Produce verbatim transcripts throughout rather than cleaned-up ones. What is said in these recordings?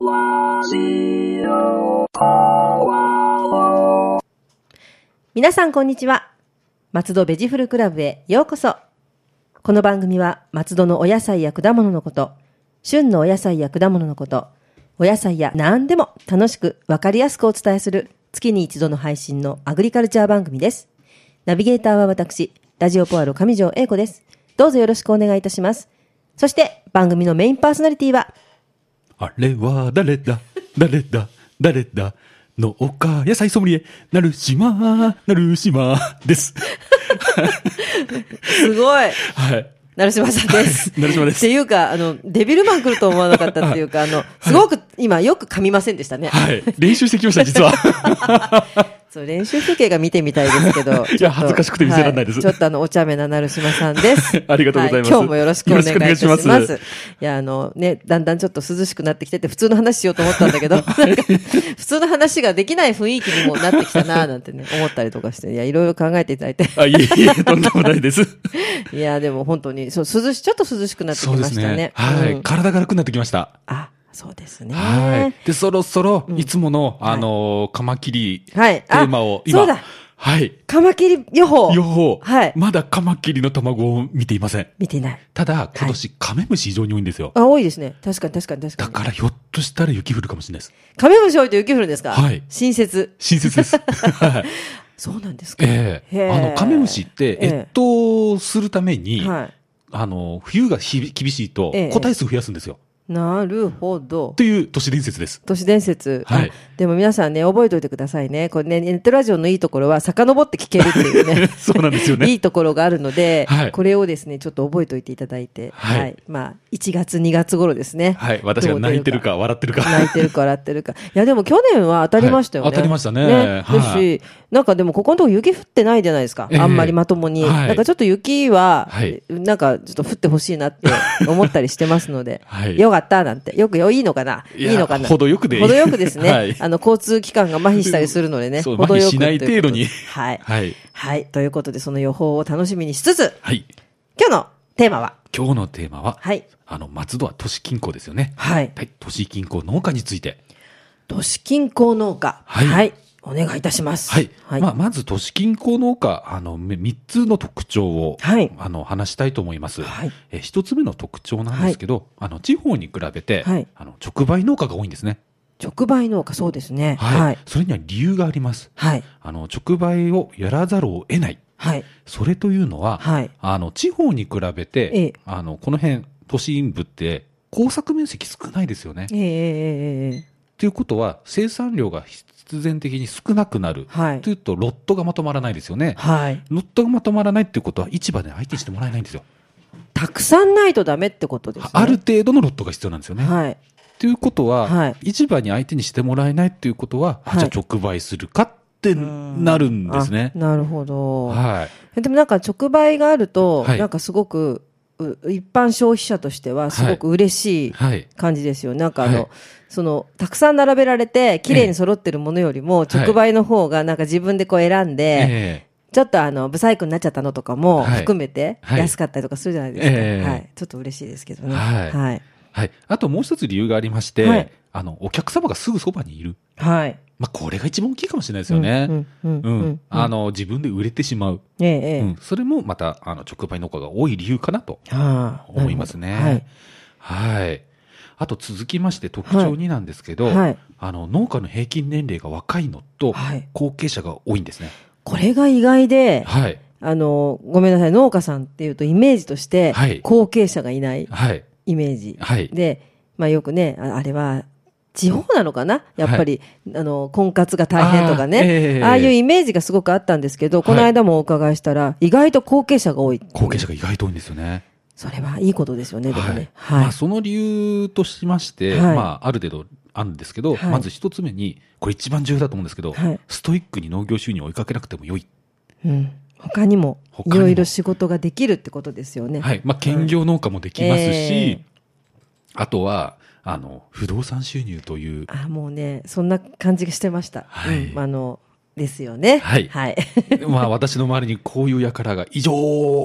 ラジオポアロ。 皆さんこんにちは。松戸ベジフルクラブへようこそ。この番組は松戸のお野菜や果物のこと、旬のお野菜や果物のこと、お野菜や何でも楽しくわかりやすくお伝えする月に一度の配信のアグリカルチャー番組です。ナビゲーターは私、ラジオポアロ上条英子です。どうぞよろしくお願いいたします。そして番組のメインパーソナリティは、 あれは誰だ誰だ誰だ農家野菜ソムリエ成島成島ですすごい。 はい。 成島さんです。 成島です。 っていうか、あの、デビルマン来ると思わなかったっていうか、あの、すごく今よく噛みませんでしたね。 はい。練習してきました、実は。 そう、練習風景が見てみたいですけど。 いや、恥ずかしくて見せられないです。 はい、ちょっとあの、お茶目な成島さんです。 ありがとうございます、 はい。今日もよろしくお願いいたします。 ますいや、あの、ね、だんだんちょっと涼しくなってきてて、普通の話しようと思ったんだけど、なんか普通の話ができない雰囲気にもなってきたなぁなんてね、思ったりとかして、いや、いろいろ考えていただいて。 あ、いえいえ、とんでもないです。 いや、でも本当に、そう、涼し、ちょっと涼しくなってきましたね。 そうですね。はい、うん。体が楽になってきました。 あ、そうですね。 はい。で、そろそろ、いつもの、うん、あのー、カマキリ、 はい、 テーマを今、 そうだ。 はい。 カマキリ予報。 予報。 はい。 まだカマキリの卵を見ていません。 見ていない。 ただ、今年、カメムシ非常に多いんですよ。 あ、多いですね。確かに確かに確かに。 だから、ひょっとしたら雪降るかもしれないです。 カメムシ多いと雪降るんですか？ はい。 新雪。 新雪です。はい。 そうなんですか。 ええー。あの、カメムシって、越冬するために、はい。あの、冬がひ厳しいと、個体数増やすんですよ。 なるほど。 という都市伝説です。 都市伝説。 はい。 でも皆さんね、覚えておいてくださいね。これね、ネットラジオのいいところは、遡って聞けるっていうね。 そうなんですよね。 いいところがあるので、 はい、 これをですね、ちょっと覚えておいていただいて、はい。はい、まあ、いちがつ、にがつ頃ですね。 はい。私が泣いてるか、笑ってるか。 泣いてるか、笑ってるか。いや、でも去年は当たりましたよね。 はい、当たりましたね。 ね。はい、ですし、なんかでもここのとこ雪降ってないじゃないですか。えー、あんまりまともに。はい、なんかちょっと雪は、はい、なんかちょっと降ってほしいなって思ったりしてますので、はい、よかったなんて。よくよ、いいのかないいのかな程よくでいい。 程よくですね。はい、あの、交通機関が麻痺したりするのでね。 そう、麻痺しない程度に。 はい。はい。はい。ということで、その予報を楽しみにしつつ、 はい。 今日のテーマは今日のテーマは、 はい。 あの、松戸は都市近郊ですよね。 はい。 はい。都市近郊農家について。 都市近郊農家。はい。はい。お願いいたします。 はい。はい、まあ、まず都市近郊農家、あの、みっつの特徴を、はい。あの、話したいと思います。はい。え、ひとつめの特徴なんですけど、はい、あの、地方に比べて、はい。あの、直売農家が多いんですね。 直売農家、そうですね。 はい。はい、それには理由があります。はい。あの、直売をやらざるを得ない。はい。それというのは、はい。あの、地方に比べて、ええ、あの、この辺、都心部って、耕作面積少ないですよね。ええええ。ということは、生産量が必然的に少なくなる。はい。というと、ロットがまとまらないですよね。はい。ロットがまとまらないっていうことは、市場で相手にしてもらえないんですよ。 たくさんないとダメってことですね。 ある程度のロットが必要なんですよね。 はい。 ということは、はい、市場に相手にしてもらえないっていうことは、はい、じゃあ直売するかってなるんですね。 なるほど。 はい。 でもなんか直売があると、はい、なんかすごく、一般消費者としてはすごく嬉しい感じですよ。はい、なんかあの、はい、その、たくさん並べられて、綺麗に揃ってるものよりも、直売の方がなんか自分でこう選んで、えー、ちょっとあの、ブサイクになっちゃったのとかも含めて、安かったりとかするじゃないですか。はい。えーはい、ちょっと嬉しいですけどね。はい。はい。 はい。あともう一つ理由がありまして、はい、あの、お客様がすぐそばにいる。はい。まあ、これが一番大きいかもしれないですよね。うん。うん。うん。あの、自分で売れてしまう。ええ。うん。それもまた、あの、直売農家が多い理由かなと思いますね。はい。はい。あと続きまして特徴になんですけど、はいはい、あの、農家の平均年齢が若いのと、はい、後継者が多いんですね。 これが意外で、はい。あの、ごめんなさい、農家さんっていうとイメージとして、はい、後継者がいない。はい。イメージ。はい。で、まあよくね、あ, あれは、地方なのかなやっぱり、はい、あの、婚活が大変とかね。あ,、えー、ああいうイメージがすごくあったんですけど、この間もお伺いしたら、はい、意外と後継者が多い。 後継者が意外と多いんですよね。 それはいいことですよね、でもね。 はい。まあ、その理由としまして、はい、まあ、ある程度あるんですけど、はい、まず一つ目に、これ一番重要だと思うんですけど、はい、ストイックに農業収入を追いかけなくても良い。 うん。他にも、いろいろ仕事ができるってことですよね。 はい。まあ、兼業農家もできますし、えー、あとは、あの、不動産収入という。 あ、もうね、そんな感じがしてました。はい。うん、あの、ですよね。 はい。はい。まあ、私の周りにこういう輩が異常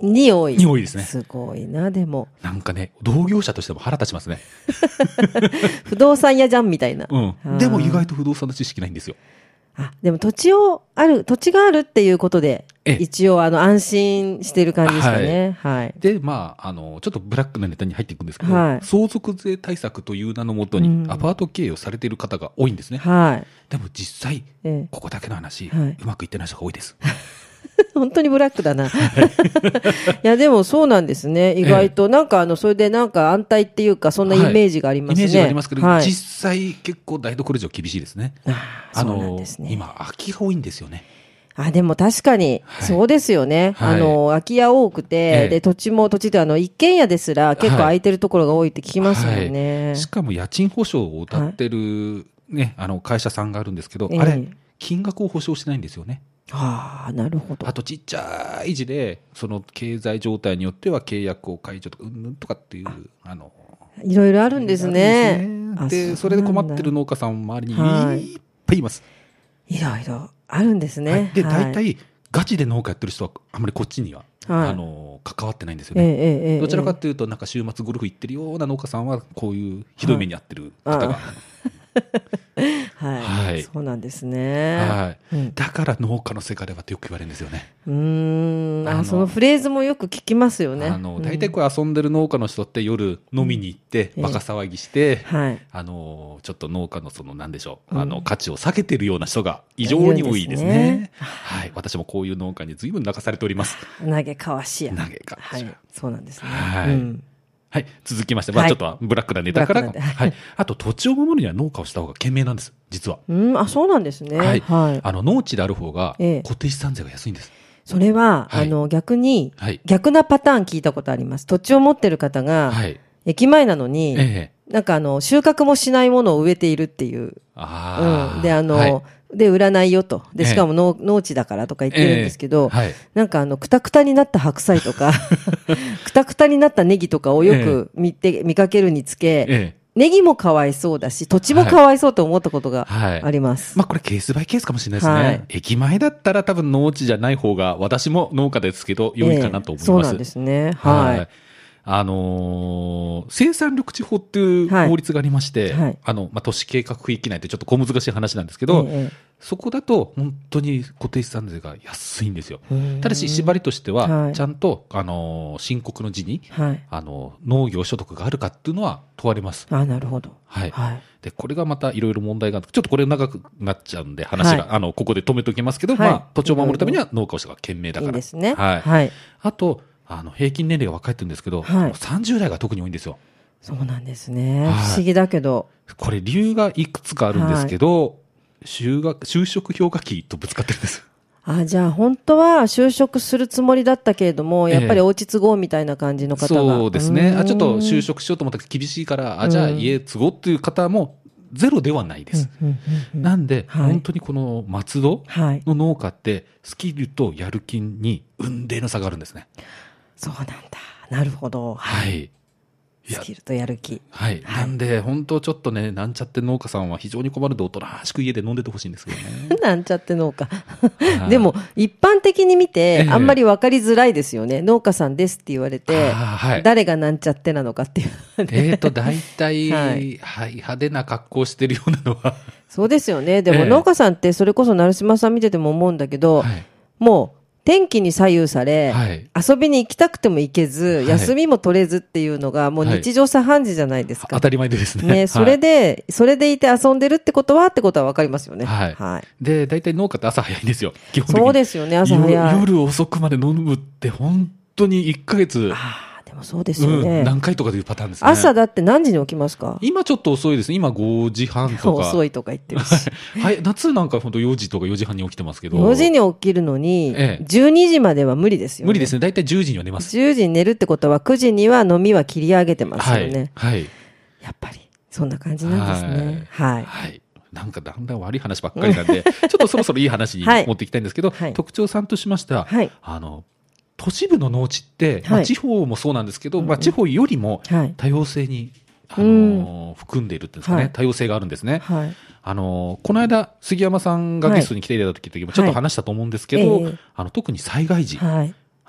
に多い。 に多いですね。 すごいな、でも。 なんかね、同業者としても腹立ちますね。 不動産屋じゃんみたいな。 うん。でも意外と不動産の知識ないんですよ。 あ、でも土地をある、土地があるっていうことで、一応あの安心してる感じですかね。はい。はい、で、 まあ、あの、ちょっとブラックなネタに入っていくんですけど、はい、相続税対策という名のもとにアパート経営をされている方が多いんですね。はい。でも実際、ええ、ここだけの話、はい、うまくいってない人が多いです。 本当にブラックだな。いや、でもそうなんですね。意外と。ええ、なんかあの、それでなんか安泰っていうか、そんなイメージがありますね。はい、イメージがありますけど、はい、実際結構台所事情厳しいですね。ああ、そうなんですね。今、空きが多いんですよね。 あ、でも確かに、そうですよね。はい、あの、空き家多くて、ええ、で、土地も土地であの、一軒家ですら結構空いてるところが多いって聞きますよね。 はいはい、しかも家賃保証を謳ってるね、あの、会社さんがあるんですけど、ええ、あれ、金額を保証しないんですよね。 ああ、なるほど。 あとちっちゃい字で、その経済状態によっては契約を解除とか、うんぬんとかっていう、あの、 いろいろあるんですね。 で、でそれで困ってる農家さん周りにいっぱいいます。 いろいろあるんですね。はい、 で、大体、ガチで農家やってる人は、あんまりこっちには、はい、あの、関わってないんですよね。ええ、どちらかというと、なんか週末ゴルフ行ってるような農家さんは、こういうひどい目に遭ってる方が。はいはい、はい。そうなんですね。 はい、うん。だから農家のせがれはってよく言われるんですよね。 うーん。あ、そのフレーズもよく聞きますよね。 あの、大体こう遊んでる農家の人って夜飲みに行って、バカ騒ぎして、えー、はい。あの、ちょっと農家のその、なんでしょう、あの、価値を下げてるような人が異常に多いですね。ねはい。私もこういう農家に随分泣かされております。 投げかわしや。 投げかわしや。はい。 そうなんですね。 はい。うんはい。続きまして、まあちょっとブラックなネタから、はい、はい。あと土地を守るには農家をした方が賢明なんです、実は。 うん、あ、そうなんですね。 はい。はい、あの、農地である方が、固定資産税が安いんです。 ええ、それは、はい、あの、逆に、はい、逆なパターン聞いたことあります。土地を持ってる方が、はい、駅前なのに、ええ、なんかあの、収穫もしないものを植えているっていう。ああ。うん。で、あの、はい、で、売らないよと。で、しかも農、ええ、農地だからとか言ってるんですけど、ええ、はい、なんかあの、くたくたになった白菜とか、くたくたになったネギとかをよく見て、ええ、見かけるにつけ、ええ、ネギもかわいそうだし、土地もかわいそうと思ったことがあります。 はいはい、まあこれケースバイケースかもしれないですね。はい、駅前だったら多分農地じゃない方が、私も農家ですけど、良いかなと思います。ええ、 そうなんですね。はい。はい、 あのー、生産緑地法っていう法律がありまして、はい、あの、まあ、都市計画区域内ってちょっと小難しい話なんですけど、ええ、そこだと本当に固定資産税が安いんですよ。ただし、縛りとしては、ちゃんと、はい、あのー、申告の字に、はい、あのー、農業所得があるかっていうのは問われます。 あ、なるほど。 はい。はい、で、これがまたいろいろ問題があって、ちょっとこれ長くなっちゃうんで、話が、はい、あの、ここで止めておきますけど、はい、まあ、土地を守るためには農家をした方が賢明だから。いいですね。 はい。はい、あと、あの、平均年齢が若いって言うんですけど、はい、さんじゅう代が特に多いんですよ。 そうなんですね。はい、不思議だけど。 これ理由がいくつかあるんですけど、はい、就学、就職氷河期とぶつかってるんです。 あ、じゃあ本当は就職するつもりだったけれども、やっぱりお家都合みたいな感じの方が。 ええ、そうですね。あ、ちょっと就職しようと思ったら厳しいから、あ、じゃあ家都合っていう方もゼロではないです。なんで、はい、本当にこの松戸の農家って、スキルとやる気に雲泥の差があるんですね。 そうなんだ。なるほど。 はい。 スキルとやる気。 はい。はい、なんで、本当ちょっとね、なんちゃって農家さんは非常に困るんで、おとなしく家で飲んでてほしいんですけどね。 なんちゃって農家。でも、一般的に見て、あんまり分かりづらいですよね。えー、農家さんですって言われて、はい、誰がなんちゃってなのかっていう、ね。 えっと、大体、はい、はい、派手な格好してるようなのは。 そうですよね。でも、農家さんって、それこそ成島さん見てても思うんだけど、はい、もう、天気に左右され、はい、遊びに行きたくても行けず、はい、休みも取れずっていうのがもう日常茶飯事じゃないですか。 はい、当たり前でですね。 ね、それで、はい、それでいて遊んでるってことはってことはわかりますよね。 はい。はい。で、大体農家って朝早いんですよ。基本的に。 そうですよね、朝早い。 夜遅くまで飲むって本当にいっかげつ。 ああ、でもそうですよね。 うん、何回とかでいうパターンですね。 朝だって何時に起きますか？ 今ちょっと遅いですね。今ごじはんとか。 遅いとか言ってるし。 はい。夏なんか本当よじとかよじはんに起きてますけど。 よじに起きるのに、じゅうにじまでは無理ですよね。 無理ですね。だいたいじゅうじには寝ます。 じゅうじに寝るってことはくじには飲みは切り上げてますよね。 はい。はい、 やっぱり、そんな感じなんですね。はい。 はい。なんかだんだん悪い話ばっかりなんで、ちょっとそろそろいい話に持っていきたいんですけど、はい、特徴さんとしましては、はい、あの、都市部の農地って、まあ、地方もそうなんですけど、はい、まあ、地方よりも多様性に、はい、あのー、含んでいるっていうんですかね、はい、多様性があるんですね。はい、あのー、この間、杉山さんがゲストに来ていただいた時もちょっと話したと思うんですけど、はい、あの特に災害時、はい、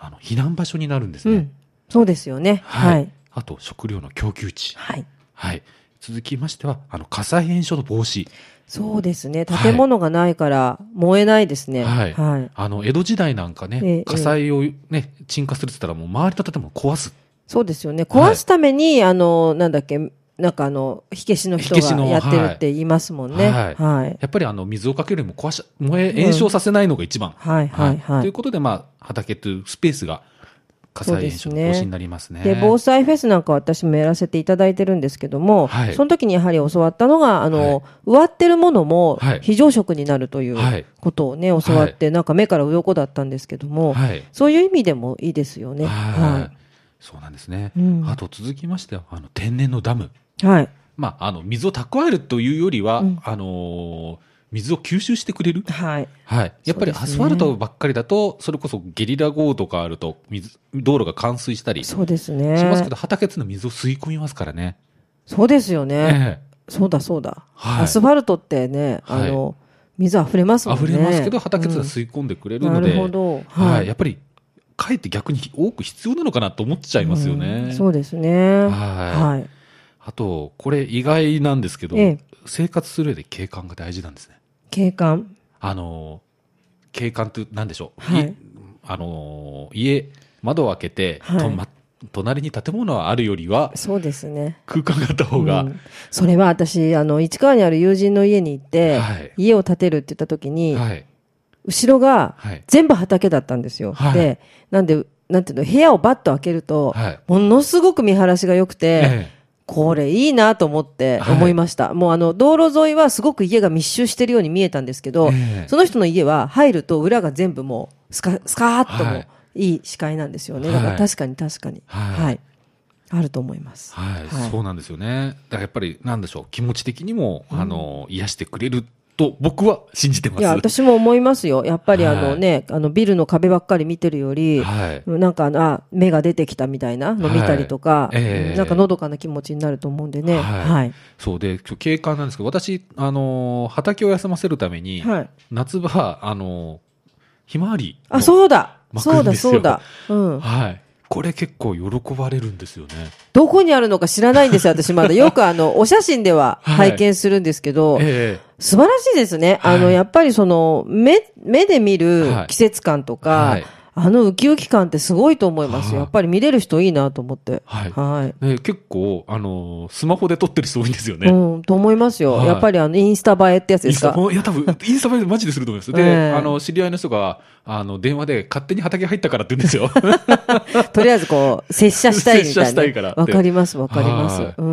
あの、避難場所になるんですね。 うん、そうですよね。 はい。 はい、 あと、食料の供給地。 はい。 はい。続きましては、あの、火災炎症の防止。 そうですね。建物がないから燃えないですね。 はい。はい、あの、江戸時代なんかね、えー、火災をね、鎮火するって言ったらもう周りの建物を壊す。 そうですよね。壊すために、はい、あの、なんだっけ、なんかあの、火消しの人がやってるって言いますもんね。はい。はい、 やっぱりあの、水をかけるよりも壊し、燃え、炎症させないのが一番。うん、 はいはいはい。 ということで、まあ、畑というスペースが、火災炎症の防止になりますね。 で、防災フェスなんか私もやらせていただいてるんですけども、はい、その時にやはり教わったのが、あの、はい、植わってるものも非常食になるということをね、教わって、はい、なんか目から鱗だったんですけども、はい、そういう意味でもいいですよね。はい。はい、 そうなんですね。うん、あと続きましては、あの、天然のダム。 はい。 まあ、あの、水を蓄えるというよりは、うん、あのー、水を吸収してくれる。はい。はい。やっぱりアスファルトばっかりだと、それこそゲリラ豪雨とかあると、水、道路が冠水したり。 そうですね。 しますけど、畑っていうのは水を吸い込みますからね。 そうですよね。ええ、そうだそうだ。はい。アスファルトってね、あの、はい、水溢れますもんね。 溢れますけど、畑っていうのは吸い込んでくれるので。 うん、なるほど。 はい。はい、やっぱり、かえって逆に多く必要なのかなと思っちゃいますよね。 うん、そうですね。はい。はい。 あと、これ意外なんですけど、ええ、生活する上で景観が大事なんですね。 景観。 あの、景観って何でしょう。はい、あの、家、窓を開けて、はい、とま、隣に建物があるよりは、 そうですね。 空間があった方が。うん、 それは私、あの、市川にある友人の家に行って、はい、家を建てるって言った時に、はい、後ろが全部畑だったんですよ。はい、で、なんで、なんていうの、部屋をバッと開けると、はい、ものすごく見晴らしが良くて、ええ、これいいなと思って思いました。はい、もうあの道路沿いはすごく家が密集してるように見えたんですけど、えー、その人の家は入ると裏が全部もうスカスカーッともいい視界なんですよね。はい、だから確かに確かに、はい、はい、あると思います。 はい、はい、そうなんですよね。だからやっぱりなんでしょう、気持ち的にも、うん、あの癒してくれると僕は信じてます。 いや、私も思いますよ。やっぱりあのね、はい、あのビルの壁ばっかり見てるより、はい、なんかあ目が出てきたみたいなの見たりとか、はい、えー、なんかのどかな気持ちになると思うんでね。はい。はい、 そうで、景観なんですけど、私、あの、畑を休ませるために、はい、夏場、あの、ひまわり。 あ、そうだ。そうだ、そうだ。うん。 はい。これ結構喜ばれるんですよね。 どこにあるのか知らないんですよ、私まだ。よくあの、お写真では拝見するんですけど、はい、えー、素晴らしいですね。はい、あの、やっぱりその、目、目で見る季節感とか、はい、あのウキウキ感ってすごいと思います。やっぱり見れる人いいなと思って。 はい。はい。ね、結構、あのー、スマホで撮ってる人多いんですよね。 うん、と思いますよ。はい、やっぱりあの、インスタ映えってやつですか？ いや、多分、インスタ映えマジですると思います。で、えー、あの、知り合いの人が、あの、電話で勝手に畑入ったからって言うんですよ。 とりあえずこう、接写したいみたいな。接写したいから。わかります、わかります。うん。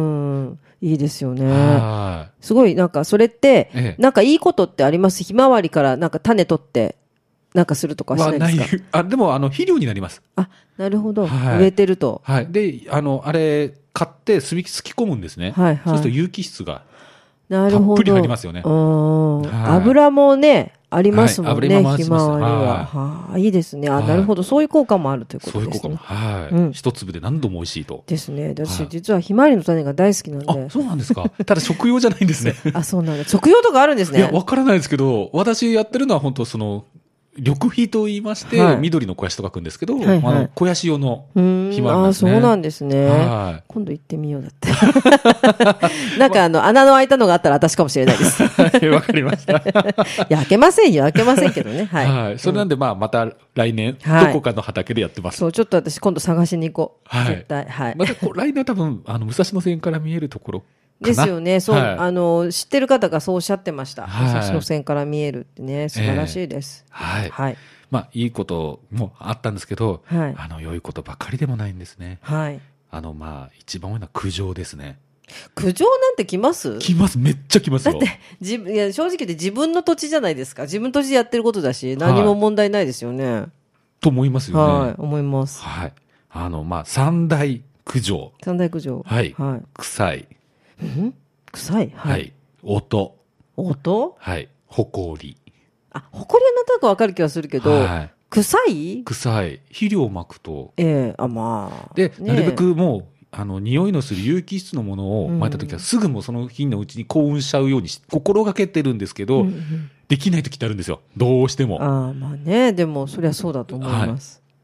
いいですよね。すごい、なんか、それって、ええ、なんかいいことってあります？ひまわりからなんか種取って、なんかするとかはしないですか？ あ、でも、あの、肥料になります。 あ、なるほど。はい、植えてると。 はい。で、あの、あれ、買ってすみすき込むんですね。はいはい。そうすると有機質が、たっぷり入りますよね。 うん。はい、油もね、ありますもんね、はい、ひまわりは。はあ、いいですね。あ、なるほど。そういう効果もあるということですね。そういう効果も。 はい。うん、一粒で何度も美味しいと。 ですね。私、実はひまわりの種が大好きなんで。 あ、そうなんですか。ただ食用じゃないんですね。 あ、そうなんだ。食用とかあるんですね。 いや、わからないですけど、私やってるのは本当その、緑肥と言いまして、はい、緑の肥やしと書くんですけど、はいはい、あの肥やし用のひまわりなんですね。 あ、そうなんですね。はい、今度行ってみようだって。なんかあの、穴の開いたのがあったら私かもしれないです。 はい、わかりました。いや、開けませんよ、開けませんけどね。はい。 はい。それなんで、まあ、また来年、はい、どこかの畑でやってます。 そう、ちょっと私今度探しに行こう。はい。絶対。はい。 またこう、来年は多分、あの、武蔵野線から見えるところ。 ですよね。そう、はい、あの、知ってる方がそうおっしゃってました。はい、武蔵野線から見えるってね、素晴らしいです。 えー、はい。はい。まあ、いいこともあったんですけど、はい、あの、良いことばかりでもないんですね。はい。あの、まあ、一番多いのは苦情ですね。 苦情なんて来ます？ 来ます。めっちゃ来ますよ。 だって、自分、いや、正直言って自分の土地じゃないですか。自分の土地でやってることだし、何も問題ないですよね。はい、 と思いますよね。 はい、思います。 はい。あの、まあ、三大苦情。 三大苦情。 はい。はい。臭い。 ん？臭い。 はい。はい、音。 音？ はい。埃。 あ、埃はなんとなくわかる気がするけど、はい、臭い？ 臭い。肥料をまくと。 ええー、あ、まあ。 で、ね、なるべくもう、あの、匂いのする有機質のものを巻いたときは、すぐもその日のうちに幸運しちゃうようにし心がけてるんですけど、うんうん、できないときってあるんですよ。どうしても。 ああ、まあね。でも、そりゃそうだと思います。 は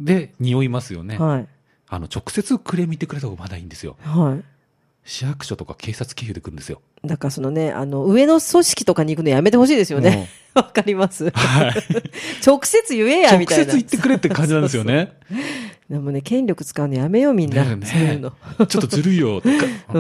で、匂いますよね。 はい。 あの、直接クレーム言ってくれた方がまだいいんですよ。 はい。 市役所とか警察経由で来るんですよ。 だからそのね、あの、上の組織とかに行くのやめてほしいですよね。わかります。はい。直接言えや、みたいな。 直接言ってくれって感じなんですよね。 そうそうでもね、権力使うのやめようみんな。ね、そういうの。 ちょっとずるいよ。 うん。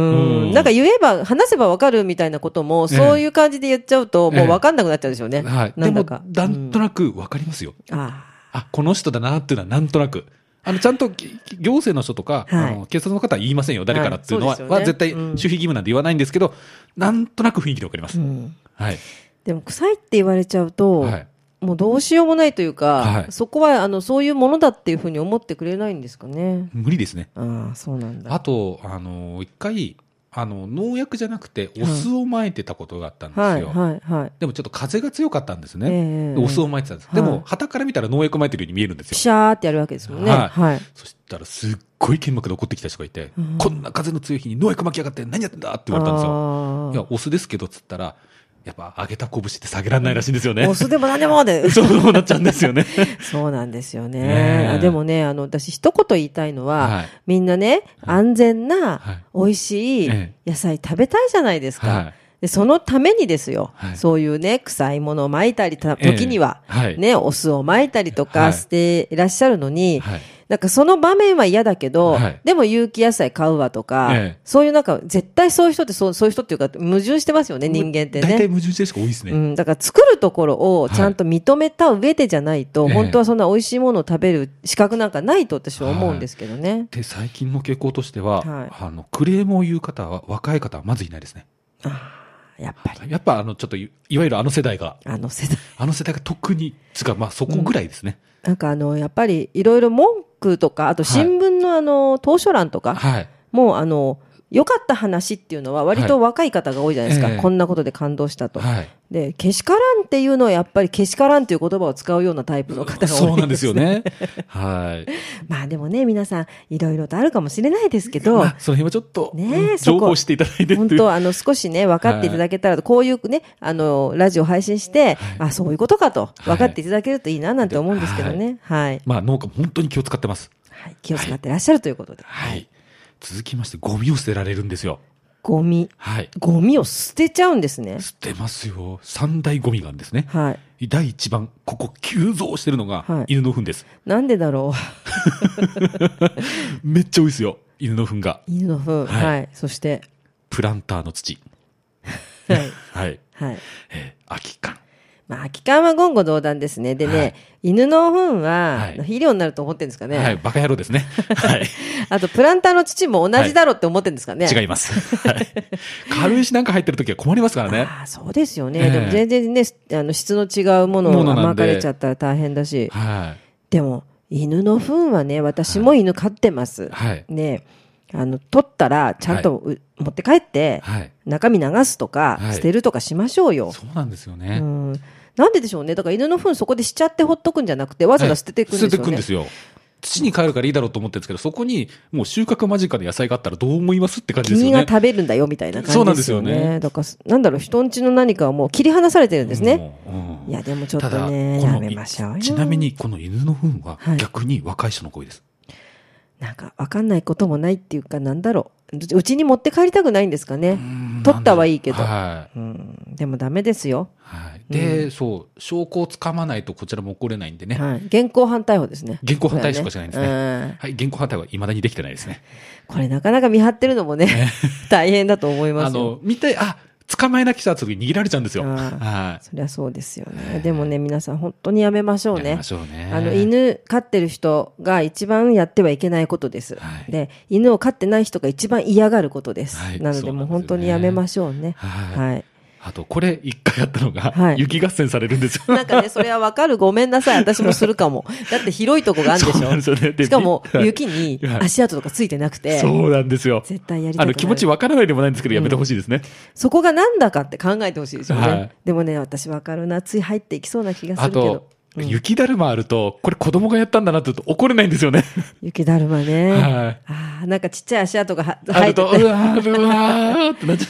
なんか言えば、話せばわかるみたいなことも、そういう感じで言っちゃうと、もうわかんなくなっちゃうんですよね。 はい。なんだか。でも、なんとなくわかりますよ。うん、ああ。あ、この人だなっていうのはなんとなく。あの、ちゃんと行政の人とか、はい、あの警察の方は言いませんよ。誰からっていうのは、はいね、は絶対守秘義務なんて言わないんですけど、うん、なんとなく雰囲気でわかります。うん、はい。 でも、臭いって言われちゃうと、はい、もうどうしようもないというか、はい、そこは、あの、そういうものだっていうふうに思ってくれないんですかね。 無理ですね。 ああ、そうなんだ。 あと、あの、一回、あの、農薬じゃなくて、お酢を撒いてたことがあったんですよ。はい、はい、はい。でもちょっと風が強かったんですね。えー、お酢を撒いてたんです。はい、でも、旗から見たら農薬撒いてるように見えるんですよ。 ピシャーってやるわけですもんね。はい。はい、 そしたら、すっごい剣幕で怒ってきた人がいて、うん、こんな風の強い日に農薬撒きやがって何やってんだって言われたんですよ。いや、お酢ですけど、つったら、やっぱ上げた拳って下げられないらしいんですよね。 お酢でも何でもで。 そうなっちゃうんですよね。 そうなんですよね。あでもね、あの、私一言言いたいのは、はい、みんなね、安全な、はい、美味しい野菜食べたいじゃないですか。はい、でそのためにですよ、はい、そういうね、臭いものを撒いたりた、時には、えーはい、ね、お酢を撒いたりとかしていらっしゃるのに、はい、なんかその場面は嫌だけど、はい、でも有機野菜買うわとか、ええ、そういうなんか絶対そういう人ってそう、そういう人っていうか矛盾してますよね、人間ってね。 大体矛盾してる人が多いですね。 うん、だから作るところをちゃんと認めた上でじゃないと、はい、本当はそんな美味しいものを食べる資格なんかないと私は思うんですけどね。はい、 で、最近の傾向としては、はい、あの、クレームを言う方は、若い方はまずいないですね。 あやっぱり。 やっぱあの、ちょっとい、いわゆるあの世代が。 あの世代。 あの世代が特に、つか、まあそこぐらいですね。 うん、なんかあの、やっぱりいろいろ文句とか、あと新聞のあの、投書欄とか、はい、もうあの、良かった話っていうのは割と若い方が多いじゃないですか。はいえー、こんなことで感動したと。はい、で、けしからんっていうのはやっぱりけしからんっていう言葉を使うようなタイプの方が多いですね。 そうなんですよね。はい。 まあでもね、皆さんいろいろとあるかもしれないですけど。まあ、 その辺はちょっと、ね、情報していただいて本当、あの、少しね、分かっていただけたら、はい、こういうね、あの、ラジオ配信して、はい、あ、そういうことかと分かっていただけるといいななんて思うんですけどね。はい。はい、 まあ農家も本当に気を使ってます。 はい。気を使ってらっしゃるということで。 はい。はい、続きまして、ゴミを捨てられるんですよ。 ゴミ。はい。ゴミを捨てちゃうんですね。 捨てますよ。三大ゴミがあるんですね。 はい。 第一番、ここ急増してるのが、はい、犬の糞です。 なんでだろう。めっちゃ多いですよ。犬の糞が。 犬の糞。はい。はい、そして。 プランターの土。 はい。 はい。 はい。 えー、空き缶。 まあ、空き缶は言語道断ですね。でね、はい、犬の糞は、肥料になると思ってるんですかね。 はい、バカ野郎ですね。はい。 あと、プランターの土も同じだろうって思ってるんですかね。 はい、違います。はい。軽石なんか入ってるときは困りますからね。 ああ、そうですよね。えー、でも全然ね、あの、質の違うものが巻かれちゃったら大変だし。はい。でも、犬の糞はね、私も犬飼ってます。はい。ね、あの、取ったら、ちゃんと、はい、持って帰って、はい、中身流すとか、はい、捨てるとかしましょうよ。 そうなんですよね。 うん。なんででしょうね。だから犬の糞そこでしちゃってほっとくんじゃなくて、わざわざ捨てていくんですよね。 捨てていくんですよ。土に帰るからいいだろうと思ってるんですけど、そこにもう収穫間近で野菜があったらどう思いますって感じですよね。 君が食べるんだよみたいな感じですよね。 そうなんですよね。 だから、なんだろう、人んちの何かはもう切り離されてるんですね。うんうん、いや、でもちょっとね、やめましょうよ。 ちなみに、この犬の糞は逆に若い人の声です。 はい、なんか、わかんないこともないっていうか、なんだろう。うちに持って帰りたくないんですかね。取ったはいいけど、はい、うん。でもダメですよ。 はい、で、うん、そう、証拠をつかまないとこちらも怒れないんでね。 はい、現行犯逮捕ですね。 現行犯逮捕しかしないんですね。ねはい、現行犯逮捕は未だにできてないですね。 これなかなか見張ってるのもね、大変だと思いますよ。 あの、見て、あ、捕まえなきゃ時に逃げられちゃうんですよ。 はい。そりゃそうですよね。でもね、皆さん本当にやめましょうね。 やめましょうね。 あの、犬飼ってる人が一番やってはいけないことです。はい、で、犬を飼ってない人が一番嫌がることです。はい、なので、もう本当にやめましょうね。はい。はいあと、これ一回やったのが、はい、雪合戦されるんですよ。 なんかね、それはわかる。ごめんなさい。私もするかも。だって広いとこがあるんでしょ。そうなんですよね。しかも、雪に足跡とかついてなくて。 そうなんですよ。 絶対やりたくない。 あの、気持ちわからないでもないんですけど、やめてほしいですね、うん。 そこがなんだかって考えてほしいですよね。はい、でもね、私わかるな。つい入っていきそうな気がするけど。 うん、雪だるまあると、これ子供がやったんだなって言うと怒れないんですよね。 雪だるまね。はい。ああ、なんかちっちゃい足跡が入ってあると、うわー、うわーってなっちゃう。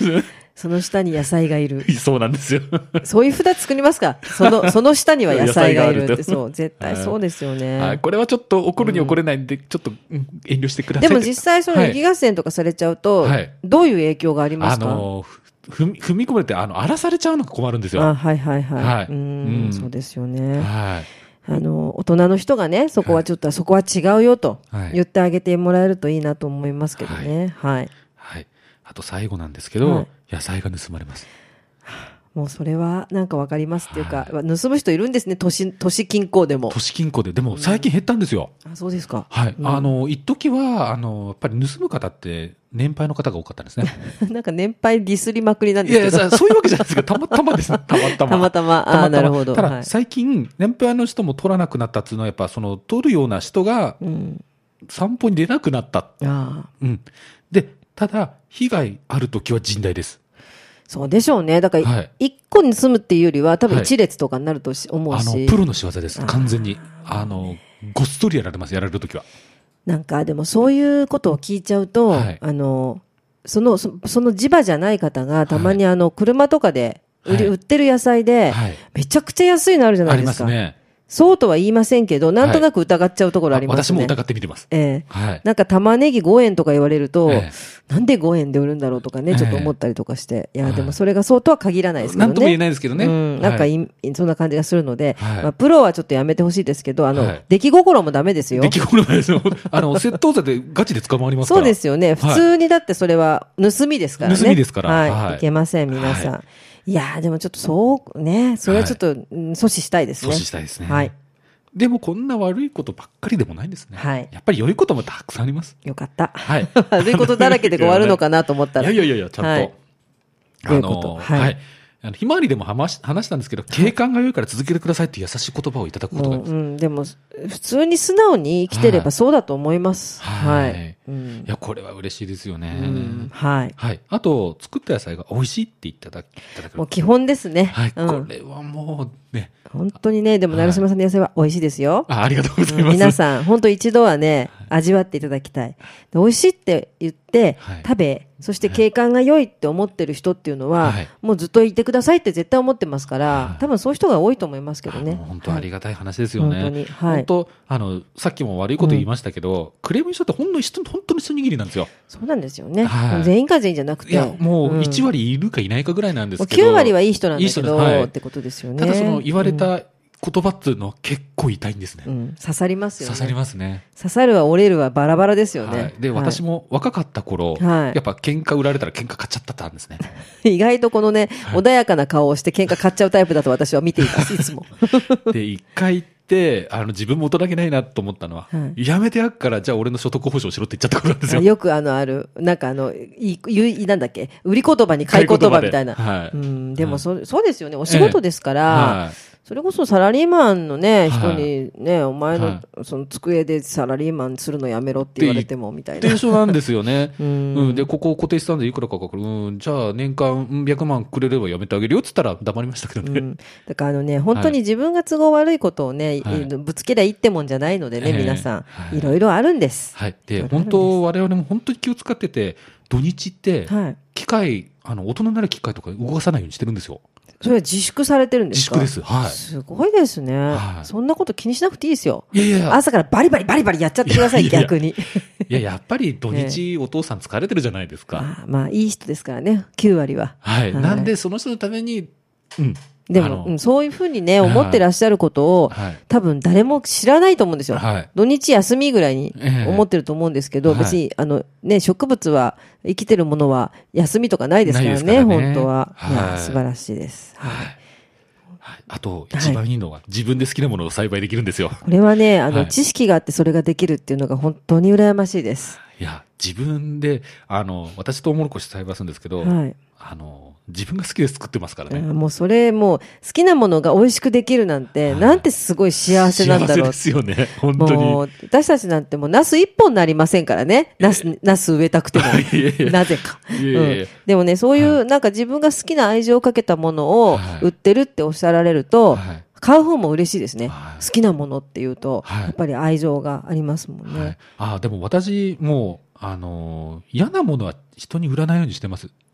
その下に野菜がいる。 そうなんですよ。 そういう札作りますか？その、その下には野菜がいるって。そう、絶対そうですよね。 はい。これはちょっと怒るに怒れないんで、うん、ちょっと、うん、遠慮してください。 でも実際その雪合戦とかされちゃうと、はい、どういう影響がありますか？あの、 踏み、踏み込まれて、あの、荒らされちゃうのが困るんですよ。 あ、はいはいはい。はい、うん、うん、そうですよね。はい。あの、大人の人がね、そこはちょっと、はい、そこは違うよと言ってあげてもらえるといいなと思いますけどね。はい。はい。 はい、あと最後なんですけど、はい、野菜が盗まれます。 もうそれはなんかわかりますっていうか、はい、盗む人いるんですね、都市、都市近郊でも。 都市近郊で。でも最近減ったんですよ。 うん、あ、そうですか。 はい。うん、あの、一時は、あの、やっぱり盗む方って年配の方が多かったんですね。 なんか年配ディスりまくりなんですけど。 いやいや、そういうわけじゃないですか。たまたまです。たまたま。 たまたま。ああ、なるほど。 ただ、最近、年配の人も取らなくなったっていうのは、やっぱその、取るような人が、散歩に出なくなった。ああ。うん。で、ただ、被害あるときは甚大です。 そうでしょうね。だから、一個に住むっていうよりは、多分一列とかになると思うし。 はい、あの、プロの仕業です。完全に。あの、ごっそりやられます。やられるときは。 なんか、でもそういうことを聞いちゃうと、はい、あの、その、そ, その地場じゃない方が、たまにあの、車とかで売り、はい、売ってる野菜で、はい、めちゃくちゃ安いのあるじゃないですか。ありますね。そうとは言いませんけど、なんとなく疑っちゃうところありますね。 はい、私も疑ってみてます。 ええーはい、なんか玉ねぎごえんとか言われると、えー、なんでごえんで売るんだろうとかね、ちょっと思ったりとかして。えー、いや、でもそれがそうとは限らないですけどね。 なんとも言えないですけどね。 うん。なんかい、はい、そんな感じがするので、はい、まあ、プロはちょっとやめてほしいですけど、あの、はい、出来心もダメですよ。 出来心ですよ。あの、窃盗罪でガチで捕まりますから。 そうですよね。普通にだってそれは盗みですからね。 盗みですから。 はい。はい、いけません、皆さん。はい、いやー、でもちょっとそうね、それはちょっと、はい、阻止したいですね。 阻止したいですね。 はい。 でもこんな悪いことばっかりでもないんですね。はい。やっぱり良いこともたくさんあります。 よかった。はい。悪いことだらけで終わるのかなと思ったら。 いやいやいや、ちゃんと。はい、あの、はい、はい。あのひまわりでも話したんですけど、景観が良いから続けてくださいっていう優しい言葉をいただくことがあります。 うん、でも、普通に素直に生きてればそうだと思います。 はい。はい。うん、いや、これは嬉しいですよね。うん、 はい。 はい。あと、作った野菜が美味しいって言っていただく。 もう基本ですね。 はい。うん、これはもうね。 本当にね、でも、成島さんの野菜は美味しいですよ。 あ、ありがとうございます。うん、 皆さん、本当一度はね、味わっていただきたい。美味しいって言って、はい、食べ、そして景観が良いって思ってる人っていうのは、はい、もうずっといてくださいって絶対思ってますから、はい、多分そういう人が多いと思いますけどね。 本当ありがたい話ですよね。 はい、本当に。はい。 本当、あの、さっきも悪いこと言いましたけど、うん、クレームにしとってほんの一、本当に一握りなんですよ。 そうなんですよね。はい、全員が全員じゃなくて。 いや、もういち割いるかいないかぐらいなんですけど。 きゅう割はいい人なんだけど、はい、ってことですよね。 ただその言われた、うん言葉っていうのは結構痛いんですね。 うん、刺さりますよね。 刺さりますね。 刺さるは折れるはバラバラですよね。 はい、で、はい、私も若かった頃、はい、やっぱ喧嘩売られたら喧嘩買っちゃったんですね。 意外とこのね、はい、穏やかな顔をして喧嘩買っちゃうタイプだと私は見ています、いつも。 で、一回で、あの、自分も大人げないなと思ったのは、はい、やめてやっから、じゃあ俺の所得保証しろって言っちゃったことなんですよ。 よくあの、ある、なんかあの、い、い、なんだっけ、売り言葉に買い言葉みたいな。はい。うん、でもそ、はい、そうですよね、お仕事ですから、はい、それこそサラリーマンのね、人にね、はい、お前の、はい、その机でサラリーマンするのやめろって言われても、みたいな。 テンションなんですよね。うん、うん。で、ここ固定資産でいくらかかかる。うん、じゃあ年間ひゃくまんくれればやめてあげるよって言ったら黙りましたけどね。うん、 だからあのね、本当に自分が都合悪いことをね、はい、ぶつけりゃいいってもんじゃないのでね、はい、皆さん、はい、いろいろあるんです。 はい。で、本当、我々も本当に気を使ってて、土日って、機械、あの、大人になる機械とか動かさないようにしてるんですよ。 それは自粛されてるんですか？ 自粛です。はい。 すごいですね。はい。そんなこと気にしなくていいですよ。 いやいや。 朝からバリバリバリバリやっちゃってください、いやいや逆に。いや、やっぱり土日お父さん疲れてるじゃないですか。 あまあ、いい人ですからね、きゅう割は。 はい。はい、なんで、その人のために、うん。 でも、うん、そういうふうにね、思ってらっしゃることを、はい、多分誰も知らないと思うんですよ。はい、土日休みぐらいに思ってると思うんですけど、えー、別に、あの、ね、植物は、生きてるものは休みとかないですからね、からね本当は。はい、いや、素晴らしいです。はい。はいはい、あと、一番いいのは、はい、自分で好きなものを栽培できるんですよ。 これはね、あの、はい、知識があってそれができるっていうのが本当に羨ましいです。 いや、自分で、あの、私トウモロコシ栽培するんですけど、はい、あの、自分が好きで作ってますからね。 もうそれ、もう、好きなものが美味しくできるなんて、はい、なんてすごい幸せなんだろう。 幸せですよね、本当に。もう、 私たちなんてもう、ナス一本なりませんからね。ナス、ナス植えたくても。なぜか。うん。でもね、そういう、はい、なんか自分が好きな愛情をかけたものを売ってるっておっしゃられると、はい、買う方も嬉しいですね。はい、好きなものっていうと、はい、やっぱり愛情がありますもんね。はい、 ああ、でも私、もう、あのー、嫌なものは人に売らないようにしてます。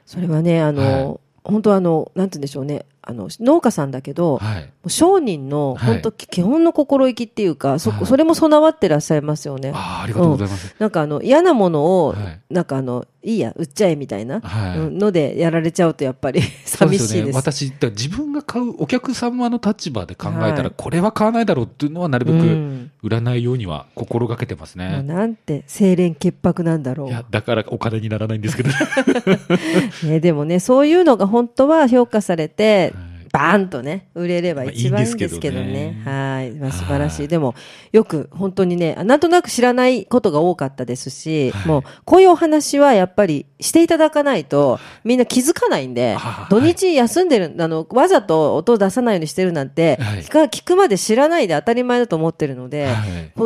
それはね、あの、はい、本当あの、なんて言うんでしょうね。あの農家さんだけど、はい、商人の本当基本の心意気っていうか、はい、そ, それも備わってらっしゃいますよね。 あ, ありがとうございます。うん、 なんかあの嫌なものを、はい、なんかあのいいや売っちゃえみたいな、はい、のでやられちゃうとやっぱり寂しいです。そうですよね、 私だ自分が買うお客様の立場で考えたら、はい、これは買わないだろうっていうのはなるべく売らないようには心がけてますね。 うん、なんて清廉潔白なんだろう。 いやだからお金にならないんですけど、 ね、でもねそういうのが本当は評価されて、はいバーンとね売れれば一番いいんですけどね。はい、まあ、素晴らしい。でもよく本当にねなんとなく知らないことが多かったですし、はい、もうこういうお話はやっぱりしていただかないとみんな気づかないんで、はい、土日休んでるあのわざと音を出さないようにしてるなんて、はい、聞か聞くまで知らないで当たり前だと思ってるので、はい、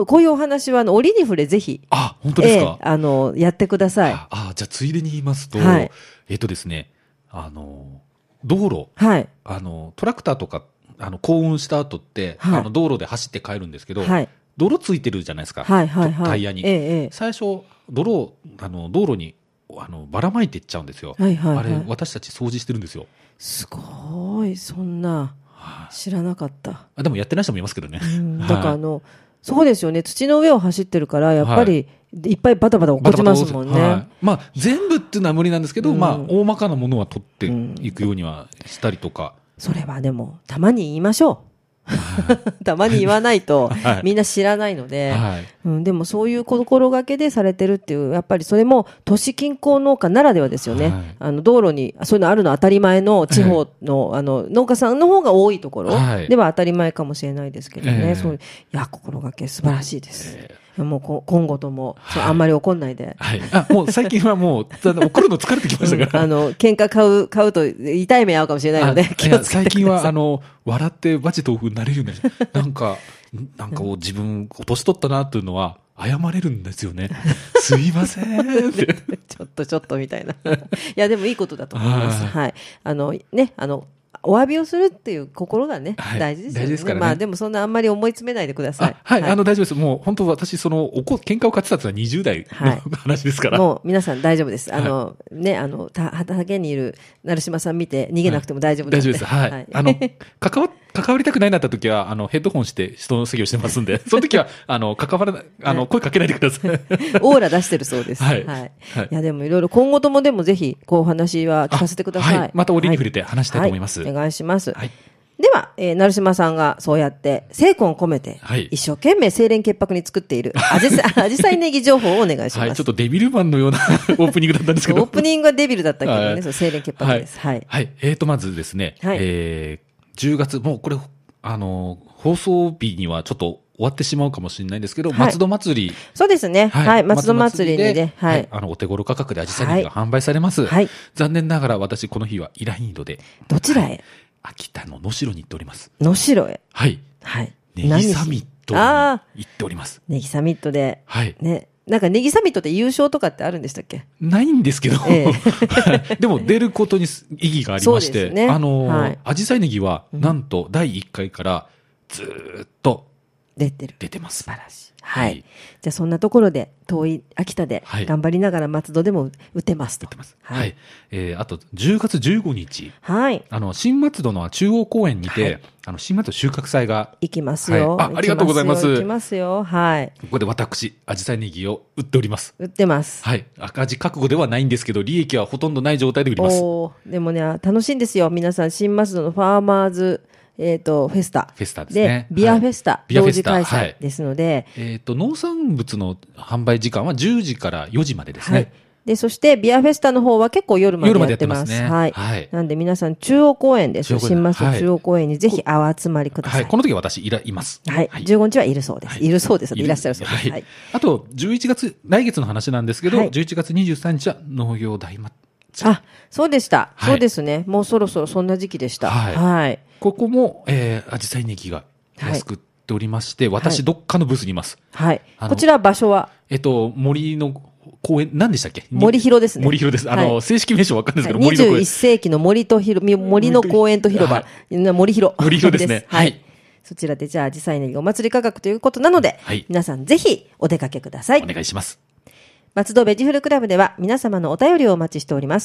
こういうお話はあの折に触れぜひあ本当ですか、 えー、あのやってください。 ああじゃあついでに言いますと、はい、えっとですねあの道路、はい、あのトラクターとかあの幸運した後って、はい、あの道路で走って帰るんですけど、はい、泥ついてるじゃないですか、はいはいはい、タイヤに、ええ、最初泥をあの道路にあのばらまいていっちゃうんですよ、はいはいはい、あれ私たち掃除してるんですよ。 すごいそんな知らなかった、 あでもやってない人もいますけどね、 うん、だからあの、はい、そうですよね土の上を走ってるからやっぱり、はいいっぱいバタバタ落っこちますもんね。バタバタはい、まあ全部っていうのは無理なんですけど、うん、まあ大まかなものは取っていくようにはしたりとか。 うん、それはでもたまに言いましょう。たまに言わないとみんな知らないので、はいうん、でもそういう心がけでされてるっていうやっぱりそれも都市近郊農家ならではですよね。はい、あの道路にそういうのあるの当たり前の地方の、えー、あの農家さんの方が多いところでは当たり前かもしれないですけどね。えー、そういや心がけ素晴らしいです。えーもうこ今後とも、はい、あんまり怒んないで、 はい、あもう最近はもう怒るの疲れてきましたから、 うん、あの喧嘩買う買うと痛い目合うかもしれないので気をつけてください。 最近はあの笑ってバチ豆腐になれるようになるなんかなんかを自分年取ったなというのは謝れるんですよね。すいませんってちょっとちょっとみたいないやでもいいことだと思います。はい、あのねあのお詫びをするっていう心がね、はい、大事ですよね。大事ですからね。まあでもそんなあんまり思い詰めないでください。 はい、はい、あの大丈夫です。もう本当私そのおこ喧嘩を買ってたってのはにじゅう代の、はい、話ですから。 もう皆さん大丈夫です。あの、はい、ねあのた畑にいる成島さん見て逃げなくても大丈夫です。 大丈夫です。はい。はい、あの関わ関わりたくないなった時はあのヘッドホンして人の作業してますんで、その時はあの関わらないあの、はい、声かけないでください。 オーラ出してるそうです。はい。はい。はい、いやでもいろいろ今後ともでもぜひこうお話は聞かせてください。はい、 また折に触れて話したいと思います。 はい、お願いします。はい。では、えー、成島さんがそうやって精魂を込めて、はい、一生懸命清廉潔白に作っているあじさ、あじさいネギ情報をお願いします。はい、 ちょっとデビルマンのようなオープニングだったんですけど。 オープニングはデビルだったけどね、はい、そう清廉潔白です。はい。 はい。えーと、まずですね、はい、えー、じゅうがつ、もうこれ、あの、放送日にはちょっと終わってしまうかもしれないんですけど、はい、松戸祭り。 そうですね。はい。はい、松戸祭りにね、 はい、はい。あの、お手頃価格でアジサイネギが販売されます。はい。残念ながら私、この日はいらんどで。 どちらへ、はい、 秋田の能代に行っております。 能代へ。 はい。 はい。 ネギサミットに行っております。 ネギサミットで。はい。ね。なんかネギサミットで優勝とかってあるんでしたっけ？ ないんですけど、ええ、でも出ることに意義がありまして、ね、あの、はい、アジサイネギはなんとだいいっかいからずーっと出てる。 出てます。 素晴らしい。はい。はい、じゃあそんなところで遠い秋田で頑張りながら松戸でも打てますと。 打てます。はい。はい、えー、あとじゅうがつじゅうごにち。 はい。 あの新松戸の中央公園にて、はい、あの新松戸収穫祭が行きますよ。 はい、あ、ありがとうございます。 行きますよ。はい。 ここで私アジサイネギを売っております。 売ってます。 はい。赤字覚悟ではないんですけど利益はほとんどない状態で売ります。 おー、でもね楽しいんですよ。皆さん新松戸のファーマーズえっ、ー、と、フェスタ。 フェスタですね。 で、ビアフェスタ。同時開催ですので。 はい、えっ、ー、と、農産物の販売時間はじゅうじからよじまでですね。はい、 で、そして、ビアフェスタの方は結構夜までやってます。夜までやってますね。はい。はい、なんで皆さん、中央公園です。新松戸中央公園にぜひお集まりください。 はい。この時は私いら、います。 はい。はい、じゅうごにちはいるそうです。はい、いるそうです。いらっしゃるそうです。はい。はい、 あと、じゅういちがつ、来月の話なんですけど、はい、じゅういちがつにじゅうさんにちは農業大祭り。 あ、そうでした、はい。そうですね。もうそろそろそんな時期でした。はい。はい、 ここも、えー、アジサイネギが安く売っておりまして、はい、私、どっかのブースにいます。はい。 こちら場所はえっと、森の公園、何でしたっけ？ 森広ですね。 森広です。あの、はい、正式名称わかんないですけど、 はい、森の公園。にじゅういっせいきの森と広、森の公園と広場。はい、森広。 森広ですね。はい。 そちらでじゃあ、アジサイネギお祭り価格ということなので、はい、皆さんぜひお出かけください。 お願いします。 松戸ベジフルクラブでは皆様のお便りをお待ちしております。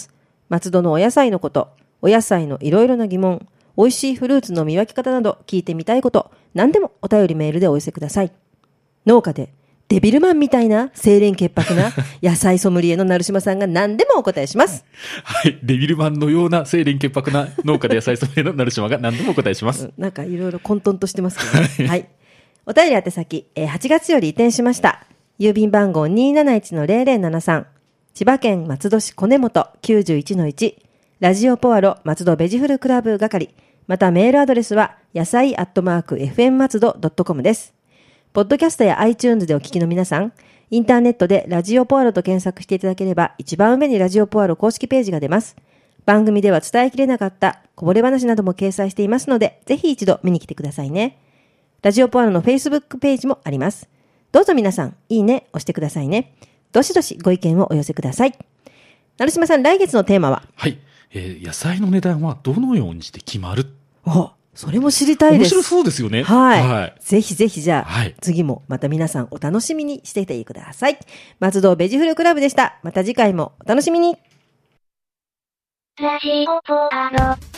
松戸のお野菜のこと、お野菜のいろいろな疑問、美味しいフルーツの見分け方など聞いてみたいこと、何でもお便りメールでお寄せください。農家でデビルマンみたいな清廉潔白な野菜ソムリエの成島さんが何でもお答えします。 はい。デビルマンのような清廉潔白な農家で野菜ソムリエの成島が何でもお答えします。うん、 なんかいろいろ混沌としてますけどね。はい。お便り宛先、えー、はちがつより移転しました。郵便番号 にーなないちのゼロゼロななさん。千葉県松戸市小根本 きゅうじゅういちのいち。ラジオポアロ松戸ベジフルクラブ係。またメールアドレスは野菜アットマーク エフエム 松戸 ドットコム です。ポッドキャストや iTunes でお聞きの皆さん、インターネットでラジオポアロと検索していただければ一番上にラジオポアロ公式ページが出ます。番組では伝えきれなかったこぼれ話なども掲載していますので、ぜひ一度見に来てくださいね。ラジオポアロの Facebook ページもあります。どうぞ皆さん、いいね押してくださいね。どしどしご意見をお寄せください。成島さん、来月のテーマは？ はい、えー、野菜の値段はどのようにして決まる？ お、それも知りたいです。 面白そうですよね。 はい。はい、ぜひぜひじゃあ、 はい、 次もまた皆さんお楽しみにしていてください。松戸ベジフルクラブでした。また次回もお楽しみに。 ラジオポアロ。